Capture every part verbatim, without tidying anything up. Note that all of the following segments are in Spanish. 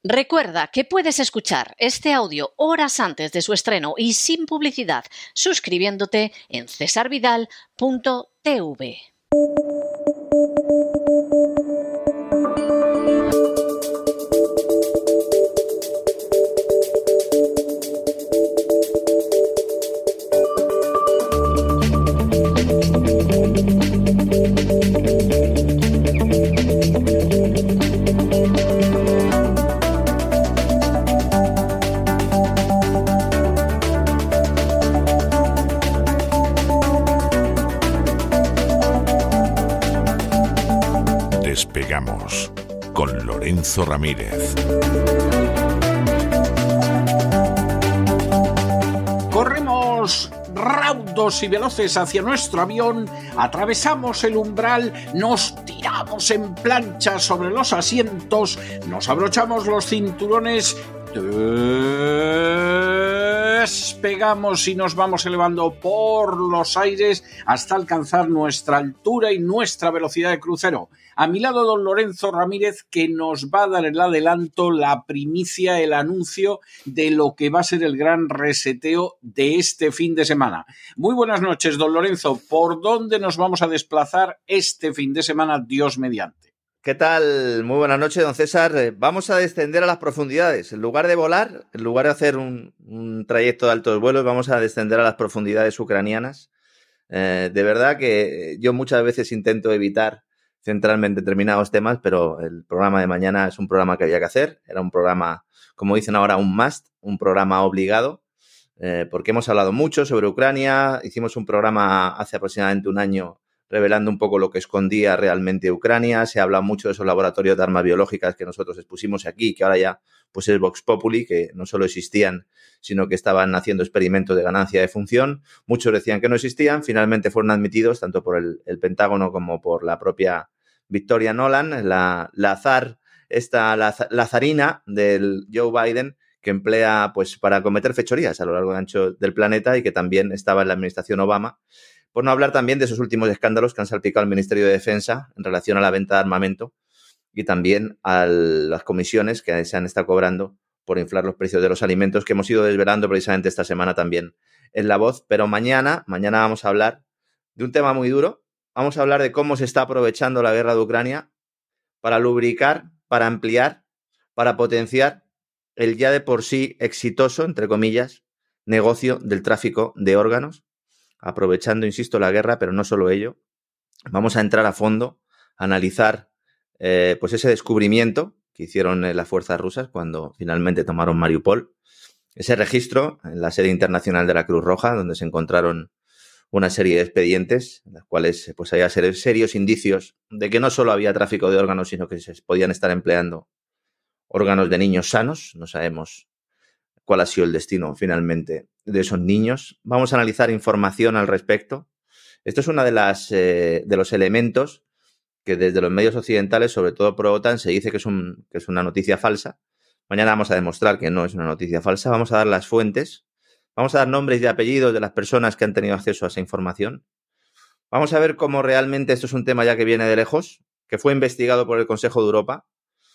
Recuerda que puedes escuchar este audio horas antes de su estreno y sin publicidad suscribiéndote en cesar vidal punto t v. Despegamos con Lorenzo Ramírez. Corremos raudos y veloces hacia nuestro avión, atravesamos el umbral, nos tiramos en plancha sobre los asientos, nos abrochamos los cinturones, despegamos y nos vamos elevando por los aires hasta alcanzar nuestra altura y nuestra velocidad de crucero. A mi lado, don Lorenzo Ramírez, que nos va a dar el adelanto, la primicia, el anuncio de lo que va a ser el gran reseteo de este fin de semana. Muy buenas noches, don Lorenzo. ¿Por dónde nos vamos a desplazar este fin de semana, Dios mediante? ¿Qué tal? Muy buenas noches, don César. Vamos a descender a las profundidades. En lugar de volar, en lugar de hacer un, un trayecto de altos vuelos, vamos a descender a las profundidades ucranianas. Eh, de verdad que yo muchas veces intento evitar centralmente determinados temas, pero el programa de mañana es un programa que había que hacer. Era un programa, como dicen ahora, un must, un programa obligado, eh, porque hemos hablado mucho sobre Ucrania. Hicimos un programa hace aproximadamente un año revelando un poco lo que escondía realmente Ucrania. Se habla mucho de esos laboratorios de armas biológicas que nosotros expusimos aquí, que ahora ya pues es Vox Populi, que no solo existían, sino que estaban haciendo experimentos de ganancia de función. Muchos decían que no existían, finalmente fueron admitidos tanto por el, el Pentágono como por la propia Victoria Nolan, la, la zar, esta la, la zarina del Joe Biden, que emplea pues para cometer fechorías a lo largo y ancho del planeta y que también estaba en la administración Obama. Por no hablar también de esos últimos escándalos que han salpicado al Ministerio de Defensa en relación a la venta de armamento y también a las comisiones que se han estado cobrando por inflar los precios de los alimentos, que hemos ido desvelando precisamente esta semana también en La Voz. Pero mañana, mañana vamos a hablar de un tema muy duro. Vamos a hablar de cómo se está aprovechando la guerra de Ucrania para lubricar, para ampliar, para potenciar el ya de por sí exitoso, entre comillas, negocio del tráfico de órganos, aprovechando, insisto, la guerra, pero no solo ello. Vamos a entrar a fondo, a analizar eh, pues ese descubrimiento que hicieron eh, las fuerzas rusas cuando finalmente tomaron Mariupol, ese registro en la sede internacional de la Cruz Roja, donde se encontraron una serie de expedientes, en las cuales pues había serios indicios de que no solo había tráfico de órganos, sino que se podían estar empleando órganos de niños sanos. No sabemos cuál ha sido el destino finalmente de esos niños. Vamos a analizar información al respecto. Esto es uno de, las, eh, de los elementos que desde los medios occidentales, sobre todo pro OTAN, se dice que es, un, que es una noticia falsa. Mañana vamos a demostrar que no es una noticia falsa. Vamos a dar las fuentes. Vamos a dar nombres y apellidos de las personas que han tenido acceso a esa información. Vamos a ver cómo realmente esto es un tema ya que viene de lejos, que fue investigado por el Consejo de Europa,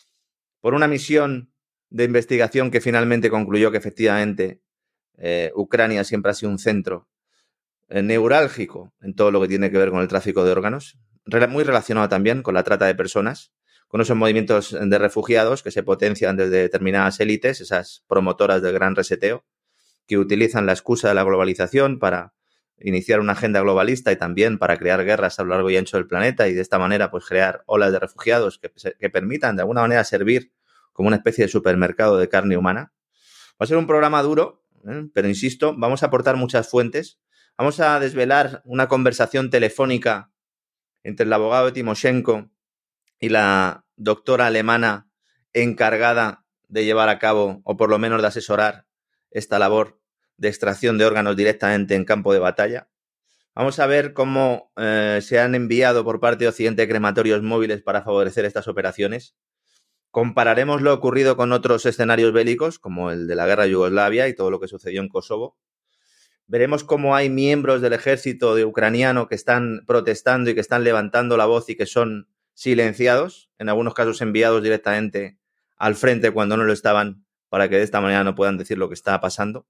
por una misión de investigación que finalmente concluyó que efectivamente eh, Ucrania siempre ha sido un centro eh, neurálgico en todo lo que tiene que ver con el tráfico de órganos, muy relacionado también con la trata de personas, con esos movimientos de refugiados que se potencian desde determinadas élites, esas promotoras del gran reseteo, que utilizan la excusa de la globalización para iniciar una agenda globalista y también para crear guerras a lo largo y ancho del planeta y de esta manera pues crear olas de refugiados que, que permitan de alguna manera servir como una especie de supermercado de carne humana. Va a ser un programa duro, ¿eh? Pero insisto, vamos a aportar muchas fuentes. Vamos a desvelar una conversación telefónica entre el abogado de Timoshenko y la doctora alemana encargada de llevar a cabo, o por lo menos de asesorar, esta labor de extracción de órganos directamente en campo de batalla. Vamos a ver cómo eh, se han enviado por parte de Occidente crematorios móviles para favorecer estas operaciones. Compararemos lo ocurrido con otros escenarios bélicos, como el de la guerra de Yugoslavia y todo lo que sucedió en Kosovo. Veremos cómo hay miembros del ejército de ucraniano que están protestando y que están levantando la voz y que son silenciados, en algunos casos enviados directamente al frente cuando no lo estaban, para que de esta manera no puedan decir lo que está pasando.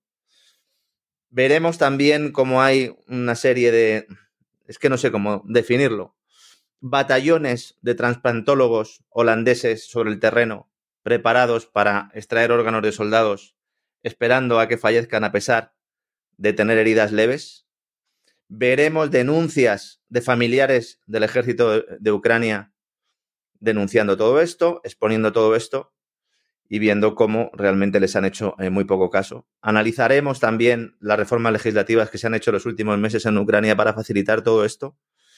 Veremos también cómo hay una serie de, es que no sé cómo definirlo, batallones de trasplantólogos holandeses sobre el terreno, preparados para extraer órganos de soldados, esperando a que fallezcan a pesar de tener heridas leves. Veremos denuncias de familiares del ejército de Ucrania denunciando todo esto, exponiendo todo esto y viendo cómo realmente les han hecho eh, muy poco caso. Analizaremos también las reformas legislativas que se han hecho en los últimos meses en Ucrania para facilitar todo esto.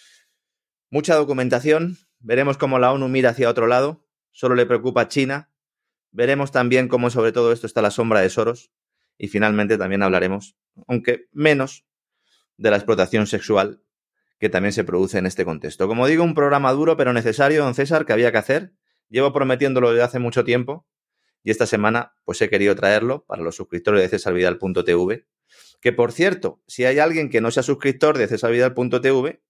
Mucha documentación. Veremos cómo la ONU mira hacia otro lado. Solo le preocupa a China. Veremos también cómo sobre todo esto está la sombra de Soros. Y finalmente también hablaremos, aunque menos, de la explotación sexual que también se produce en este contexto. Como digo, un programa duro pero necesario, don César, que había que hacer. Llevo prometiéndolo desde hace mucho tiempo y esta semana pues he querido traerlo para los suscriptores de cesar vidal punto t v. Que, por cierto, si hay alguien que no sea suscriptor de cesar vidal punto t v,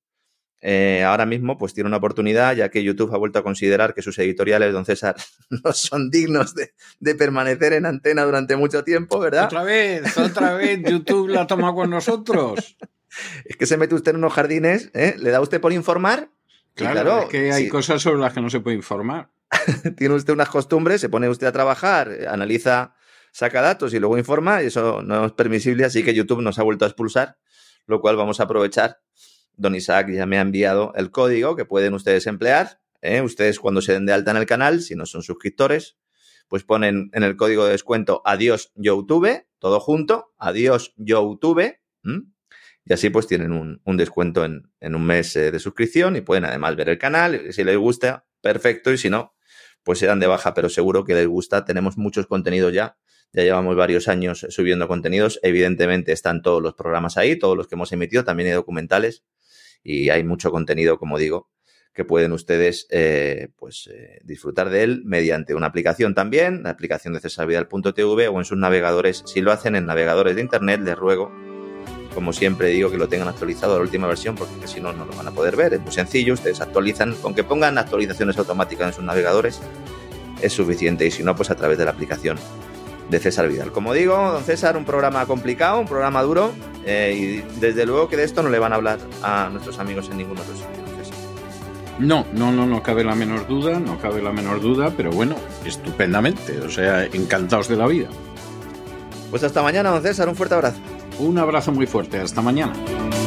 eh, ahora mismo pues tiene una oportunidad, ya que YouTube ha vuelto a considerar que sus editoriales, don César, no son dignos de, de permanecer en antena durante mucho tiempo, ¿verdad? Otra vez, otra vez, YouTube la toma con nosotros. Es que se mete usted en unos jardines, ¿eh? Le da usted por informar. Claro, claro, es que hay sí. cosas sobre las que no se puede informar. Tiene usted unas costumbres, se pone usted a trabajar, analiza, saca datos y luego informa, y eso no es permisible, así que YouTube nos ha vuelto a expulsar, lo cual vamos a aprovechar. Don Isaac ya me ha enviado el código que pueden ustedes emplear, ¿eh? Ustedes cuando se den de alta en el canal, si no son suscriptores, pues ponen en el código de descuento adiós YouTube, todo junto, adiós YouTube, ¿m? Y así pues tienen un, un descuento en, en un mes eh, de suscripción y pueden además ver el canal. Si les gusta, perfecto, y si no, pues se dan de baja, pero seguro que les gusta. Tenemos muchos contenidos ya, ya llevamos varios años subiendo contenidos. Evidentemente están todos los programas ahí, todos los que hemos emitido, también hay documentales y hay mucho contenido, como digo, que pueden ustedes eh, pues eh, disfrutar de él mediante una aplicación también, la aplicación de cesar vidal punto t v o en sus navegadores. Si lo hacen en navegadores de internet, les ruego, como siempre digo, que lo tengan actualizado a la última versión, porque si no, no lo van a poder ver. Es muy sencillo, ustedes actualizan, con que pongan actualizaciones automáticas en sus navegadores, es suficiente, y si no, pues a través de la aplicación de César Vidal. Como digo, don César, un programa complicado, un programa duro, eh, y desde luego que de esto no le van a hablar a nuestros amigos en ningún otro sitio. No, no, no, no cabe la menor duda, no cabe la menor duda, pero bueno, estupendamente, o sea, encantados de la vida. Pues hasta mañana, don César, un fuerte abrazo. Un abrazo muy fuerte, hasta mañana.